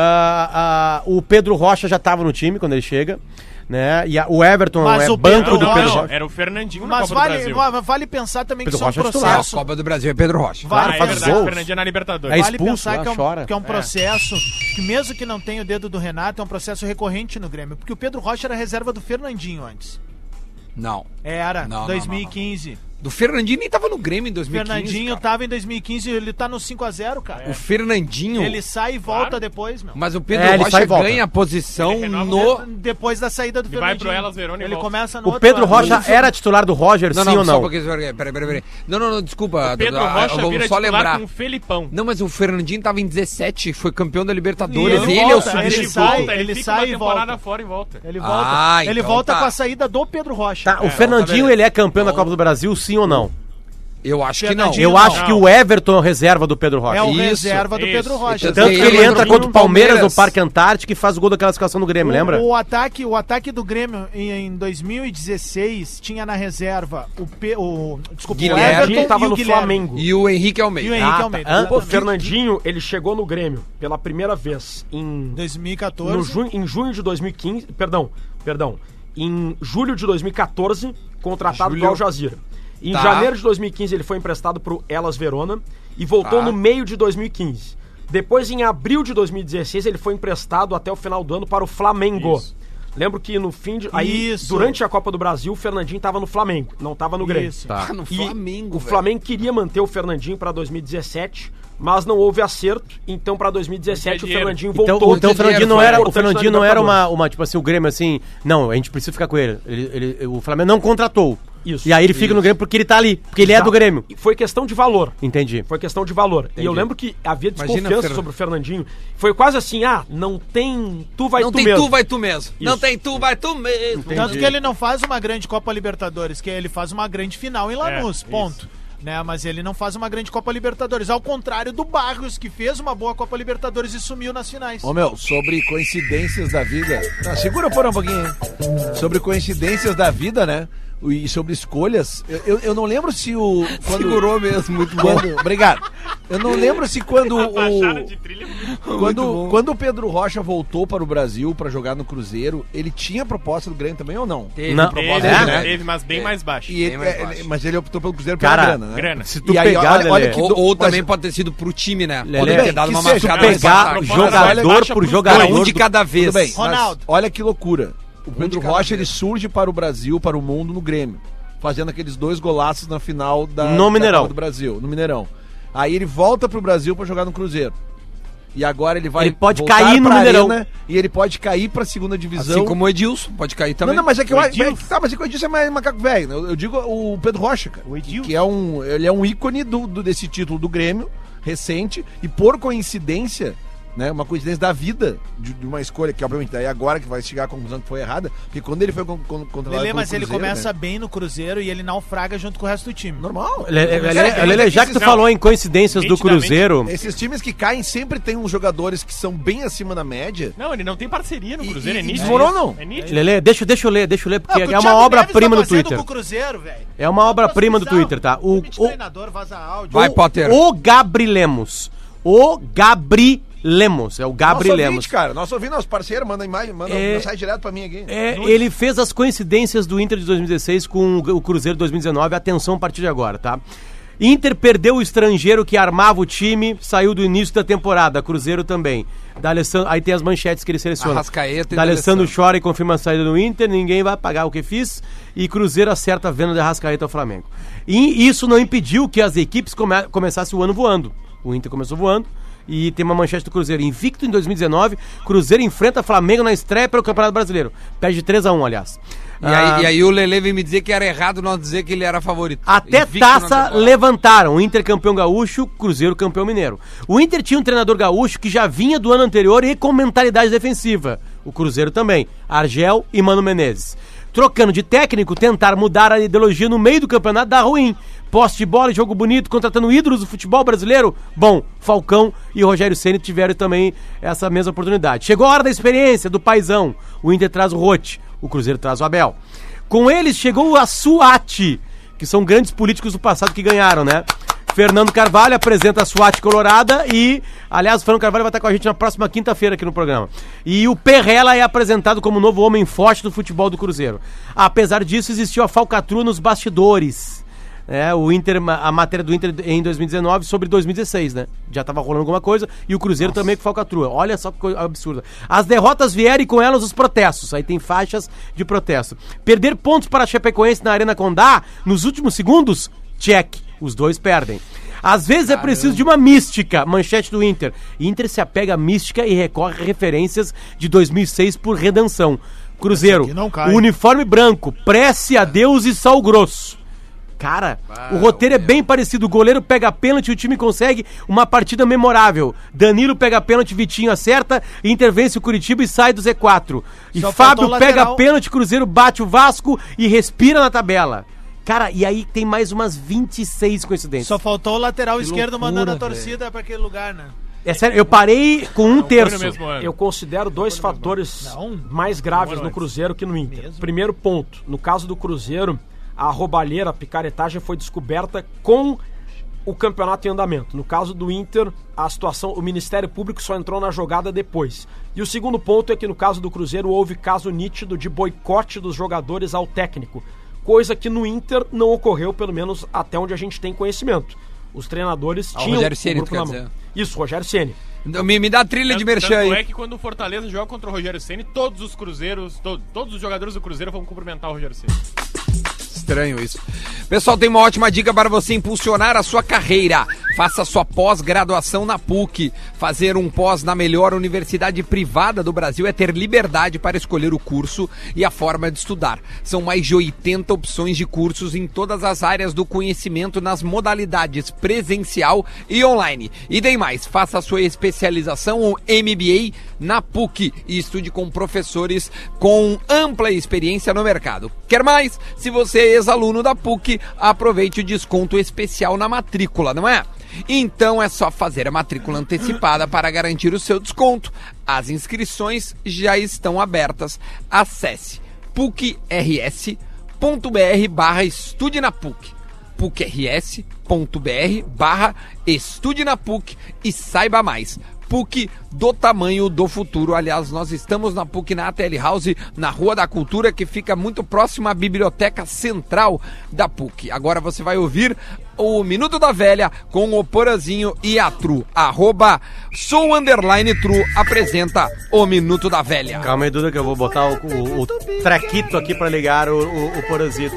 O Pedro Rocha já estava no time quando ele chega. Né? E o Everton Mas é o banco Pedro do Rocha- Pedro Não, Rocha. era o Fernandinho na Mas Copa do Brasil. vale pensar também Pedro que isso é um Rocha é titular. A processo. Copa do Brasil é Pedro Rocha. Vale Ah, é faz verdade, gols. o Fernandinho na Libertadores. É Vale expulso, pensar lá, que chora. é um processo que, mesmo que não tenha o dedo do Renato, é um processo recorrente no Grêmio. Porque o Pedro Rocha era reserva do Fernandinho antes. Não. Era, Não, 2015. Do Fernandinho nem tava no Grêmio em O 2015. Fernandinho cara. tava em 2015, ele tá no 5-0, cara. O Fernandinho. Ele sai e volta depois, meu. Mas o Pedro É, ele sai Rocha e volta. ganha a posição Ele renova no. Depois da saída do Ele vai Fernandinho. pro Elas Verona e Ele volta. começa no O outro Pedro lado. Rocha era titular do Roger, Não, sim não, ou só não? porque. Peraí. Não, desculpa. Pedro Duda, Rocha vamos vira só titular lembrar. com o Felipão. Não, mas o Fernandinho tava em 17, foi campeão da E Libertadores. ele Ele é o volta, substituto. ele sai, ele ele fica sai uma e temporada volta. fora e volta. Ele volta. Ah, Ele então volta tá. com a saída do Pedro Rocha. Tá, o tá Fernandinho, beleza. ele é campeão da Copa do Brasil, sim ou não? Eu acho que não. Fernandinho Eu não. acho que o Everton é o reserva do Pedro Rocha. É o Isso, reserva do isso. Pedro Rocha. Tanto Tanto que ele Ele entra entrou contra o no Palmeiras no Palmeiras. Parque Antártico e faz o gol da classificação do Grêmio, lembra? O ataque do Grêmio em 2016 tinha na reserva o Guilherme Everton tava e o no Guilherme. Flamengo. E o Henrique Almeida. E o Henrique tá. Almeida. Hã? O exatamente. Fernandinho, ele chegou no Grêmio pela primeira vez em 2014. em junho de 2015, perdão, em julho de 2014, contratado do Al Jazeera. Em Tá. janeiro de 2015 ele foi emprestado pro Elas Verona e voltou Tá. no meio de 2015. Depois, em abril de 2016, ele foi emprestado até o final do ano para o Flamengo. Lembro que no fim de... Aí, Isso. durante a Copa do Brasil, o Fernandinho estava no Flamengo, não estava no Grêmio. Isso. Tá no E Flamengo, o velho. Flamengo queria manter o Fernandinho para 2017, mas não houve acerto. Então, para 2017, o dinheiro. Fernandinho Então, voltou. então o Fernandinho não Foi era, o importante Fernandinho na não era Libertadores. uma, tipo assim, o Grêmio assim, não, a gente precisa ficar com ele. O Flamengo não contratou. Isso. E aí ele fica no Grêmio porque ele tá ali, porque ele é do Grêmio. E foi questão de valor. Entendi. Foi questão de valor. E eu lembro que havia Imagina, desconfiança sobre o Fernandinho. Foi quase assim, não tem tu, vai Não tu tem mesmo. tu, vai tu mesmo. Não Isso. tem tu, vai tu mesmo. Tanto que ele não faz uma grande Copa Libertadores, que ele faz uma grande final em Lanús, ponto. Né, mas ele não faz uma grande Copa Libertadores, ao contrário do Barrios, que fez uma boa Copa Libertadores e sumiu nas finais. Ô meu, sobre coincidências da vida. Não, segura por um pouquinho, hein? Sobre coincidências da vida, né? E sobre escolhas. Eu não lembro se o. Quando, Segurou mesmo, muito bom. quando, obrigado. Eu não lembro se quando A baixada o. de trilha. Quando o Pedro Rocha voltou para o Brasil para jogar no Cruzeiro, ele tinha proposta do Grêmio também ou não? Teve Não. proposta, Teve, né? teve, mas bem mais baixo. E ele, Bem mais baixo. mas ele optou pelo Cruzeiro Cara, pela grana, né? Grana. Se tu E aí, pegar, olha Lelê, que Ou Mas- também pode ter sido pro time, né? Lelê, Pode ter dado que uma seja, se tu machucada. pegar proposta jogador baixa por pros jogador... Um de cada vez. Tudo bem, Ronaldo. mas olha que loucura. O Pedro Rocha, ele surge para o Brasil, para o mundo, no Grêmio. Fazendo aqueles 2 golaços na final da Mineirão. Copa do Brasil, no Mineirão. Aí ele volta pro Brasil para jogar no Cruzeiro. E agora ele vai pode cair no Mineirão. E ele pode cair pra segunda divisão. Assim como o Edilson, pode cair também. Não, mas é que mas é que o Edilson é mais macaco velho. Eu digo o Pedro Rocha, cara. O Edilson. Que ele é um ícone desse título do Grêmio, recente, e por coincidência, né, uma coincidência da vida de uma escolha que, obviamente, daí agora que vai chegar à conclusão que foi errada, porque quando ele foi contratado Lelê, mas Cruzeiro, ele começa né? bem no Cruzeiro e ele naufraga junto com o resto do time. Normal. Lelê, já que tu falou em coincidências do Cruzeiro... Esses times que caem sempre tem uns jogadores que são bem acima da média. Não, ele não tem parceria no Cruzeiro, é nítido. Desmoronam. É nítido. Lelê, deixa eu ler, porque é uma obra-prima no Twitter. Com o Cruzeiro, velho. É uma obra-prima do Twitter, tá? O treinador vaza áudio. Vai, Potter. O Gabri Lemos. É o Gabri Nosso Lemos. ouvinte, cara. Nosso ouvinte, nosso parceiro, manda imagem, manda mensagem direto pra mim aqui. Ele fez as coincidências do Inter de 2016 com o Cruzeiro de 2019. Atenção a partir de agora, tá? Inter perdeu o estrangeiro que armava o time, saiu do início da temporada. Cruzeiro também. Aí tem as manchetes que ele seleciona. Arrascaeta e D'Alessandro chora e confirma a saída do Inter, ninguém vai pagar o que fiz. E Cruzeiro acerta a venda de Arrascaeta ao Flamengo. E isso não impediu que as equipes começassem o ano voando. O Inter começou voando. E tem uma manchete do Cruzeiro. Invicto em 2019, Cruzeiro enfrenta Flamengo na estreia pelo Campeonato Brasileiro. Perde 3-1, aliás. E aí o Lelê veio me dizer que era errado não dizer que ele era favorito. Até taça levantaram. O Inter campeão gaúcho, Cruzeiro campeão mineiro. O Inter tinha um treinador gaúcho que já vinha do ano anterior e com mentalidade defensiva. O Cruzeiro também. Argel e Mano Menezes. Trocando de técnico, tentar mudar a ideologia no meio do campeonato dá ruim. Posse de bola e jogo bonito, contratando ídolos do futebol brasileiro. Bom, Falcão e Rogério Ceni tiveram também essa mesma oportunidade. Chegou a hora da experiência, do paizão. O Inter traz o Rotti, o Cruzeiro traz o Abel. Com eles chegou a SWAT, que são grandes políticos do passado que ganharam, né? Fernando Carvalho apresenta a SWAT colorada e, aliás, o Fernando Carvalho vai estar com a gente na próxima quinta-feira aqui no programa. E o Perrella é apresentado como o novo homem forte do futebol do Cruzeiro. Apesar disso, existiu a falcatrua nos bastidores. A matéria do Inter em 2019 sobre 2016, né? Já tava rolando alguma coisa e o Cruzeiro também com falcatrua. Olha só que coisa absurda. As derrotas vieram e com elas os protestos. Aí tem faixas de protesto. Perder pontos para a Chapecoense na Arena Condá nos últimos segundos? Check. Os dois perdem. Às vezes é preciso de uma mística. Manchete do Inter. Inter se apega à mística e recorre a referências de 2006 por redenção. Cruzeiro, o uniforme branco, prece a Deus e sal grosso. Cara, o roteiro é bem parecido. O goleiro pega pênalti e o time consegue uma partida memorável. Danilo pega pênalti, Vitinho acerta, intervence o Curitiba e sai do Z4. E Fábio pega pênalti, Cruzeiro bate o Vasco e respira na tabela. Cara, e aí tem mais umas 26 coincidências. Só faltou o lateral esquerdo mandando a torcida pra aquele lugar, né? É sério, eu parei com um terço. Eu considero dois fatores mais graves no Cruzeiro que no Inter. Primeiro ponto, no caso do Cruzeiro, a roubalheira, a picaretagem foi descoberta com o campeonato em andamento. No caso do Inter, a situação, o Ministério Público só entrou na jogada depois. E o segundo ponto é que no caso do Cruzeiro houve caso nítido de boicote dos jogadores ao técnico, coisa que no Inter não ocorreu, pelo menos até onde a gente tem conhecimento. Os treinadores tinham Rogério Ceni, o grupo na mão. Isso, Rogério Ceni. Me dá a trilha de merchan aí. É que quando o Fortaleza joga contra o Rogério Ceni, todos os cruzeiros, todos os jogadores do Cruzeiro vão cumprimentar o Rogério Ceni. Estranho isso. Pessoal, tem uma ótima dica para você impulsionar a sua carreira. Faça sua pós-graduação na PUC. Fazer um pós na melhor universidade privada do Brasil é ter liberdade para escolher o curso e a forma de estudar. São mais de 80 opções de cursos em todas as áreas do conhecimento nas modalidades presencial e online. E tem mais, faça a sua especialização ou MBA na PUC e estude com professores com ampla experiência no mercado. Quer mais? Se você é ex-aluno da PUC, aproveite o desconto especial na matrícula, não é? Então é só fazer a matrícula antecipada para garantir o seu desconto. As inscrições já estão abertas. Acesse pucrs.br/estude na PUC. pucrs.br/estude na PUC e saiba mais. PUC do tamanho do futuro. Aliás, nós estamos na PUC, na ATL House, na Rua da Cultura, que fica muito próxima à Biblioteca Central da PUC. Agora você vai ouvir o Minuto da Velha com o Porazinho e a Tru. @sou_Tru apresenta o Minuto da Velha. Calma aí, Duda, que eu vou botar o traquito aqui pra ligar o Porazito.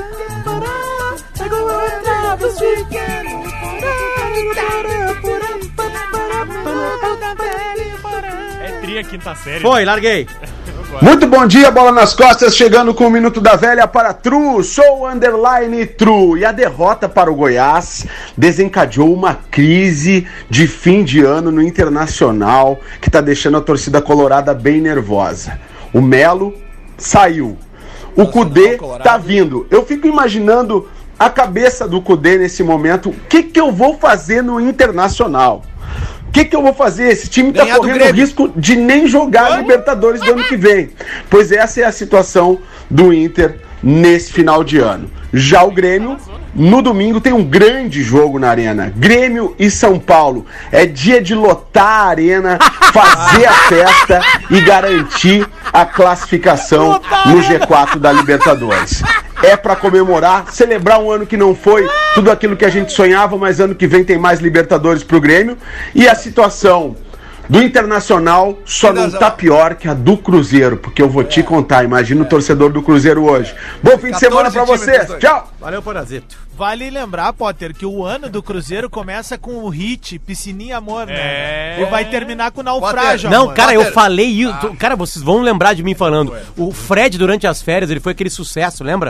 É tria quinta série. Foi, larguei. Muito bom dia, Bola nas Costas, chegando com o Minuto da Velha para Tru, sou_Tru. E a derrota para o Goiás desencadeou uma crise de fim de ano no Internacional que está deixando a torcida colorada bem nervosa. O Melo saiu, o Cudê tá vindo. Eu fico imaginando a cabeça do Cudê nesse momento. O que eu vou fazer no Internacional? O que eu vou fazer? Esse time tá correndo o risco de nem jogar a Libertadores do ano que vem. Pois essa é a situação do Inter nesse final de ano. Já o Grêmio, no domingo, tem um grande jogo na Arena. Grêmio e São Paulo. É dia de lotar a Arena, fazer a festa e garantir a classificação no G4 da Libertadores. É para comemorar, celebrar um ano que não foi tudo aquilo que a gente sonhava, mas ano que vem tem mais Libertadores pro Grêmio. E a situação do Internacional só não tá pior que a do Cruzeiro, porque eu vou te contar, imagina o torcedor do Cruzeiro hoje. Bom fim de semana pra vocês, tchau! Valeu, Porazito. Vale lembrar, Potter, que o ano do Cruzeiro começa com o hit Piscininha Amor, né? E vai terminar com Naufrágio, Não, amor. cara, eu falei isso. Cara, vocês vão lembrar de mim falando. O Fred, durante as férias, ele foi aquele sucesso, lembra?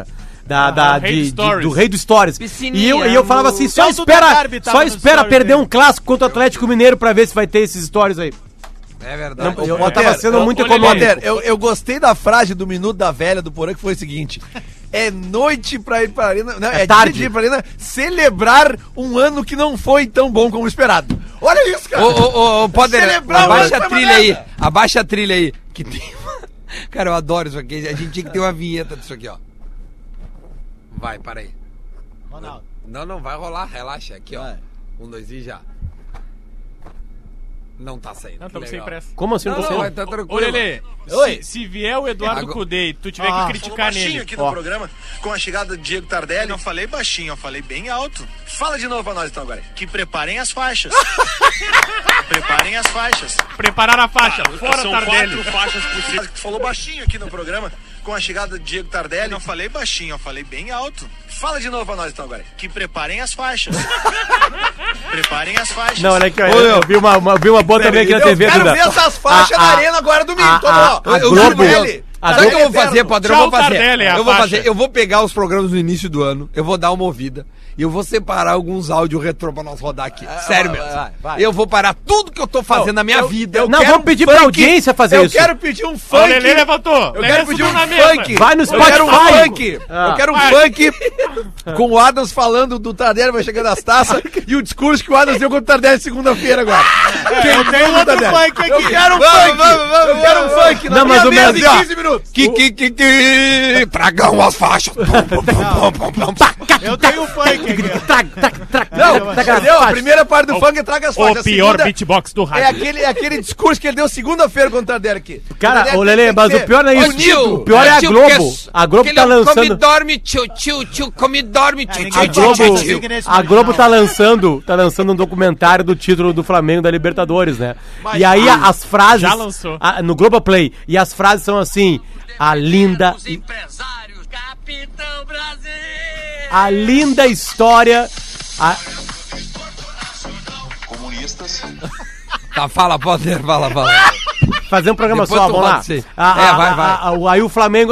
Do Rei do Stories. E eu falava assim, só espera perder um clássico contra o Atlético Mineiro pra ver se vai ter esses stories aí. É verdade. Não, eu tava sendo muito econômico. Potter, eu gostei da frase do Minuto da Velha do Porã, que foi o seguinte: é noite pra ir pra Arena, não, é tarde de ir pra Arena celebrar um ano que não foi tão bom como esperado. Olha isso, cara. Ô, Potter, abaixa a trilha aí. Abaixa a trilha aí. Que tem uma... Cara, eu adoro isso aqui. A gente tinha que ter uma vinheta disso aqui, ó. Vai, para aí. Ronaldo. Não vai rolar, relaxa. Aqui, ó. 1, 2 e já. Não tá saindo. Não, estamos sem pressa. Como assim não tá saindo? Tá tranquilo. Ô, Lelê, se vier o Eduardo Cudê e tu tiver que criticar nele... aqui no programa, com a chegada do Diego Tardelli. Eu não falei baixinho, eu falei bem alto. Fala de novo pra nós então agora. Que preparem as faixas. Preparem as faixas. Preparar a faixa, fora são Tardelli. 4 faixas possíveis. Tu falou baixinho aqui no programa, com a chegada do Diego Tardelli. Eu não falei baixinho, eu falei bem alto. Fala de novo pra nós então agora. Que preparem as faixas. Preparem as faixas. Não, olha aqui, ó, eu vi uma boa também aqui na TV, Duda. Eu quero ver essas faixas na Arena agora domingo. Eu juro por Deus. Sabe o que eu vou fazer, Padre? Eu vou pegar os programas do início do ano, eu vou dar uma ouvida e eu vou separar alguns áudios retrô pra nós rodar aqui. Sério mesmo. Eu vou parar tudo que eu tô fazendo na minha vida. Vamos pedir pra audiência fazer isso. Eu quero pedir um funk. O Lelê levantou. Eu quero pedir um funk. Vai no Spotify. Eu quero um funk com o Adams falando do Tardelli vai chegando as taças e o discurso que o Adams deu contra o Tardelli segunda-feira agora. Eu tenho outro funk aqui. Eu quero um funk. Eu quero um funk. Não, mas o mesa Brasil, em 15 minutos. Tragam as faixas. Eu tenho um funk aqui. Não, entendeu? A primeira parte do funk é traga as faixas. O pior beatbox do rádio. É aquele discurso que ele deu segunda-feira contra o Tardelli aqui. Cara, ô Lelê, mas o pior não é isso. O pior é a Globo. A Globo tá lançando... Come, dorme, tio, come, dorme, tio. A Globo tá lançando um documentário do título do Flamengo da Libertadores, né? E aí as frases... Já lançou. No Globoplay. E as frases são assim... A linda... Capitão Brasil! A linda história... Comunistas. Tá, fala, Potter, fala. Fazer um programa Depois só, tu vamos lá. vai. Vai. Aí o Flamengo,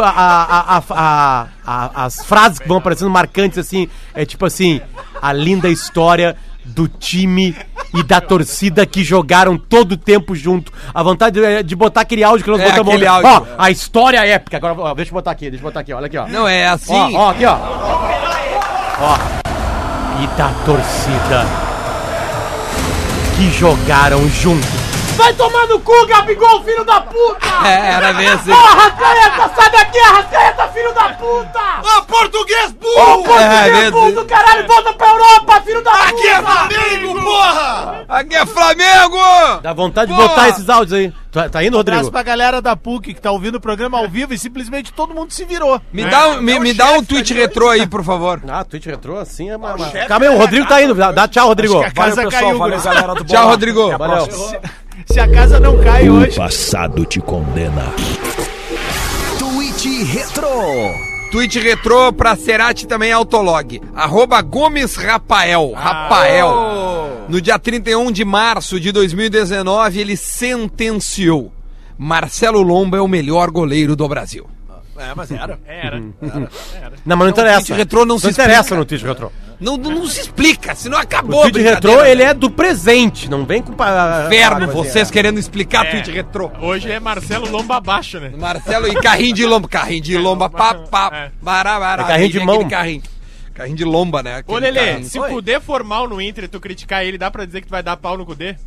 as frases que vão aparecendo marcantes assim, é tipo assim, a linda história do time e da torcida que jogaram todo o tempo junto. A vontade de botar aquele áudio que nós botamos. Aquele áudio. Ó, a história épica. Agora, ó, deixa eu botar aqui, olha aqui, ó. Não, é assim. Ó, aqui, ó. Ó. E da torcida que jogaram junto. Vai tomar no cu, Gabigol, filho da puta! Era mesmo. Ô, Arrascaeta, sai daqui, Arrascaeta, filho da puta! Ô, português Ô, burro! português burro do caralho, volta pra Europa, filho da puta! Aqui é Flamengo, porra! Aqui é Flamengo! Dá vontade de botar esses áudios aí. Tá indo, Abraço Rodrigo? pra galera da PUC que tá ouvindo o programa ao vivo e simplesmente todo mundo se virou. Me dá um tweet retrô aí, por favor. Ah, tweet retrô, assim é uma... Calma aí, o Rodrigo tá indo. Dá tchau, Rodrigo. Acho que a casa Valeu, pessoal, caiu, valeu, gurizada. galera do Tchau, Bola. Rodrigo. Até a Valeu. próxima. Se a casa não cai O hoje... passado te condena. Tweet Retro. Tweet retrô pra Cerati também Autolog. @Gomes Rafael. Rafael. No dia 31 de março de 2019, ele sentenciou: Marcelo Lomba é o melhor goleiro do Brasil. Mas era. Não, mas não interessa. tweet retrô não se interessa explica. no tweet retrô. Não se explica, senão acabou O a tweet retrô, brincadeira. ele é do presente, não vem com... Inferno, vocês querendo explicar tweet retrô. Hoje é Marcelo Lomba abaixo, né? Marcelo e carrinho de lomba. Carrinho de lomba, bará, É carrinho de mão. Carrinho de lomba, né? Ô, Aquele Lelê, carrinho. se o Cudê for mal no Inter e tu criticar ele, dá pra dizer que tu vai dar pau no Cudê?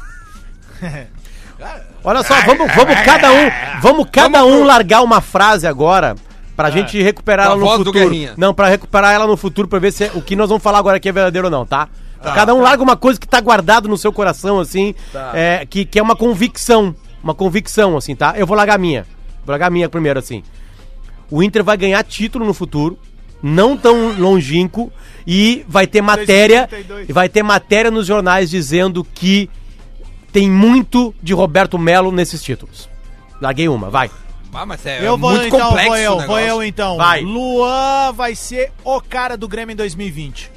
Olha só, vamos cada um largar uma frase agora pra gente recuperar Com a ela no voz do futuro. Guerrinha. Não, pra recuperar ela no futuro, pra ver se o que nós vamos falar agora aqui é verdadeiro ou não, tá? Cada um larga uma coisa que tá guardado no seu coração, assim, que é uma convicção, assim, tá? Eu vou largar a minha. Vou largar a minha primeiro, assim. O Inter vai ganhar título no futuro, não tão longínquo, e vai ter matéria, 2032. e vai ter matéria nos jornais dizendo que tem muito de Roberto Melo nesses títulos. Larguei uma, vai. Ah, mas é Eu vou muito então, complexo vou o eu negócio. então. Vai. Luan vai ser o cara do Grêmio em 2020.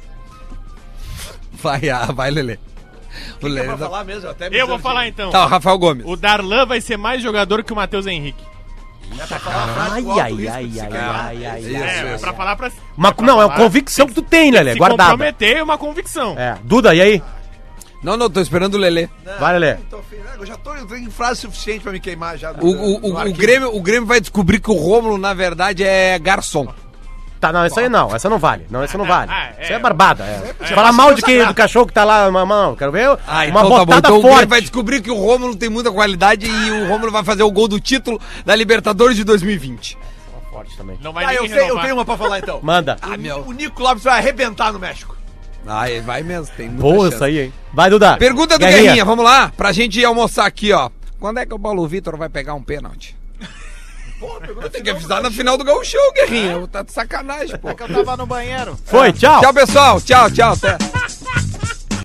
Vai, Lelê. O Lelê Pra tá... falar mesmo, até me Eu vou desanimei. falar então. Tá, o Rafael Gomes. O Darlan vai ser mais jogador que o Matheus Henrique. Ai, É, pra falar pra... Não, é uma convicção que tu tem, Lelê, Se guardada. comprometer é uma convicção. É. Duda, e aí? Não, tô esperando o Lelê. Vai, Lelê. Eu já tô em frase suficiente pra me queimar já. O Grêmio vai descobrir que o Rômulo, na verdade, é garçom. Tá, não, essa aí não, essa não vale. Não, essa não vale. é. Isso é barbada. Falar mal de quem? Do cachorro que tá lá, não, quero ver uma Então tá bom. botada Então o Grêmio forte. vai descobrir que o Rômulo tem muita qualidade e o Rômulo vai fazer o gol do título da Libertadores de 2020. Forte também. Não vai Ah, eu ninguém tenho renovar. uma pra falar então. Manda. O Nico Lopes vai arrebentar no México. Vai mesmo, tem muita Boa chance. essa aí, hein? Vai, Duda. Pergunta do Guerrinha, vamos lá? Pra gente ir almoçar aqui, ó. Quando é que o Paulo Vitor vai pegar um pênalti? Tem que avisar na final do Gauchão, Guerrinha. Tá de sacanagem, pô. É que eu tava no banheiro. Foi, tchau. Tchau, pessoal. Tchau, até.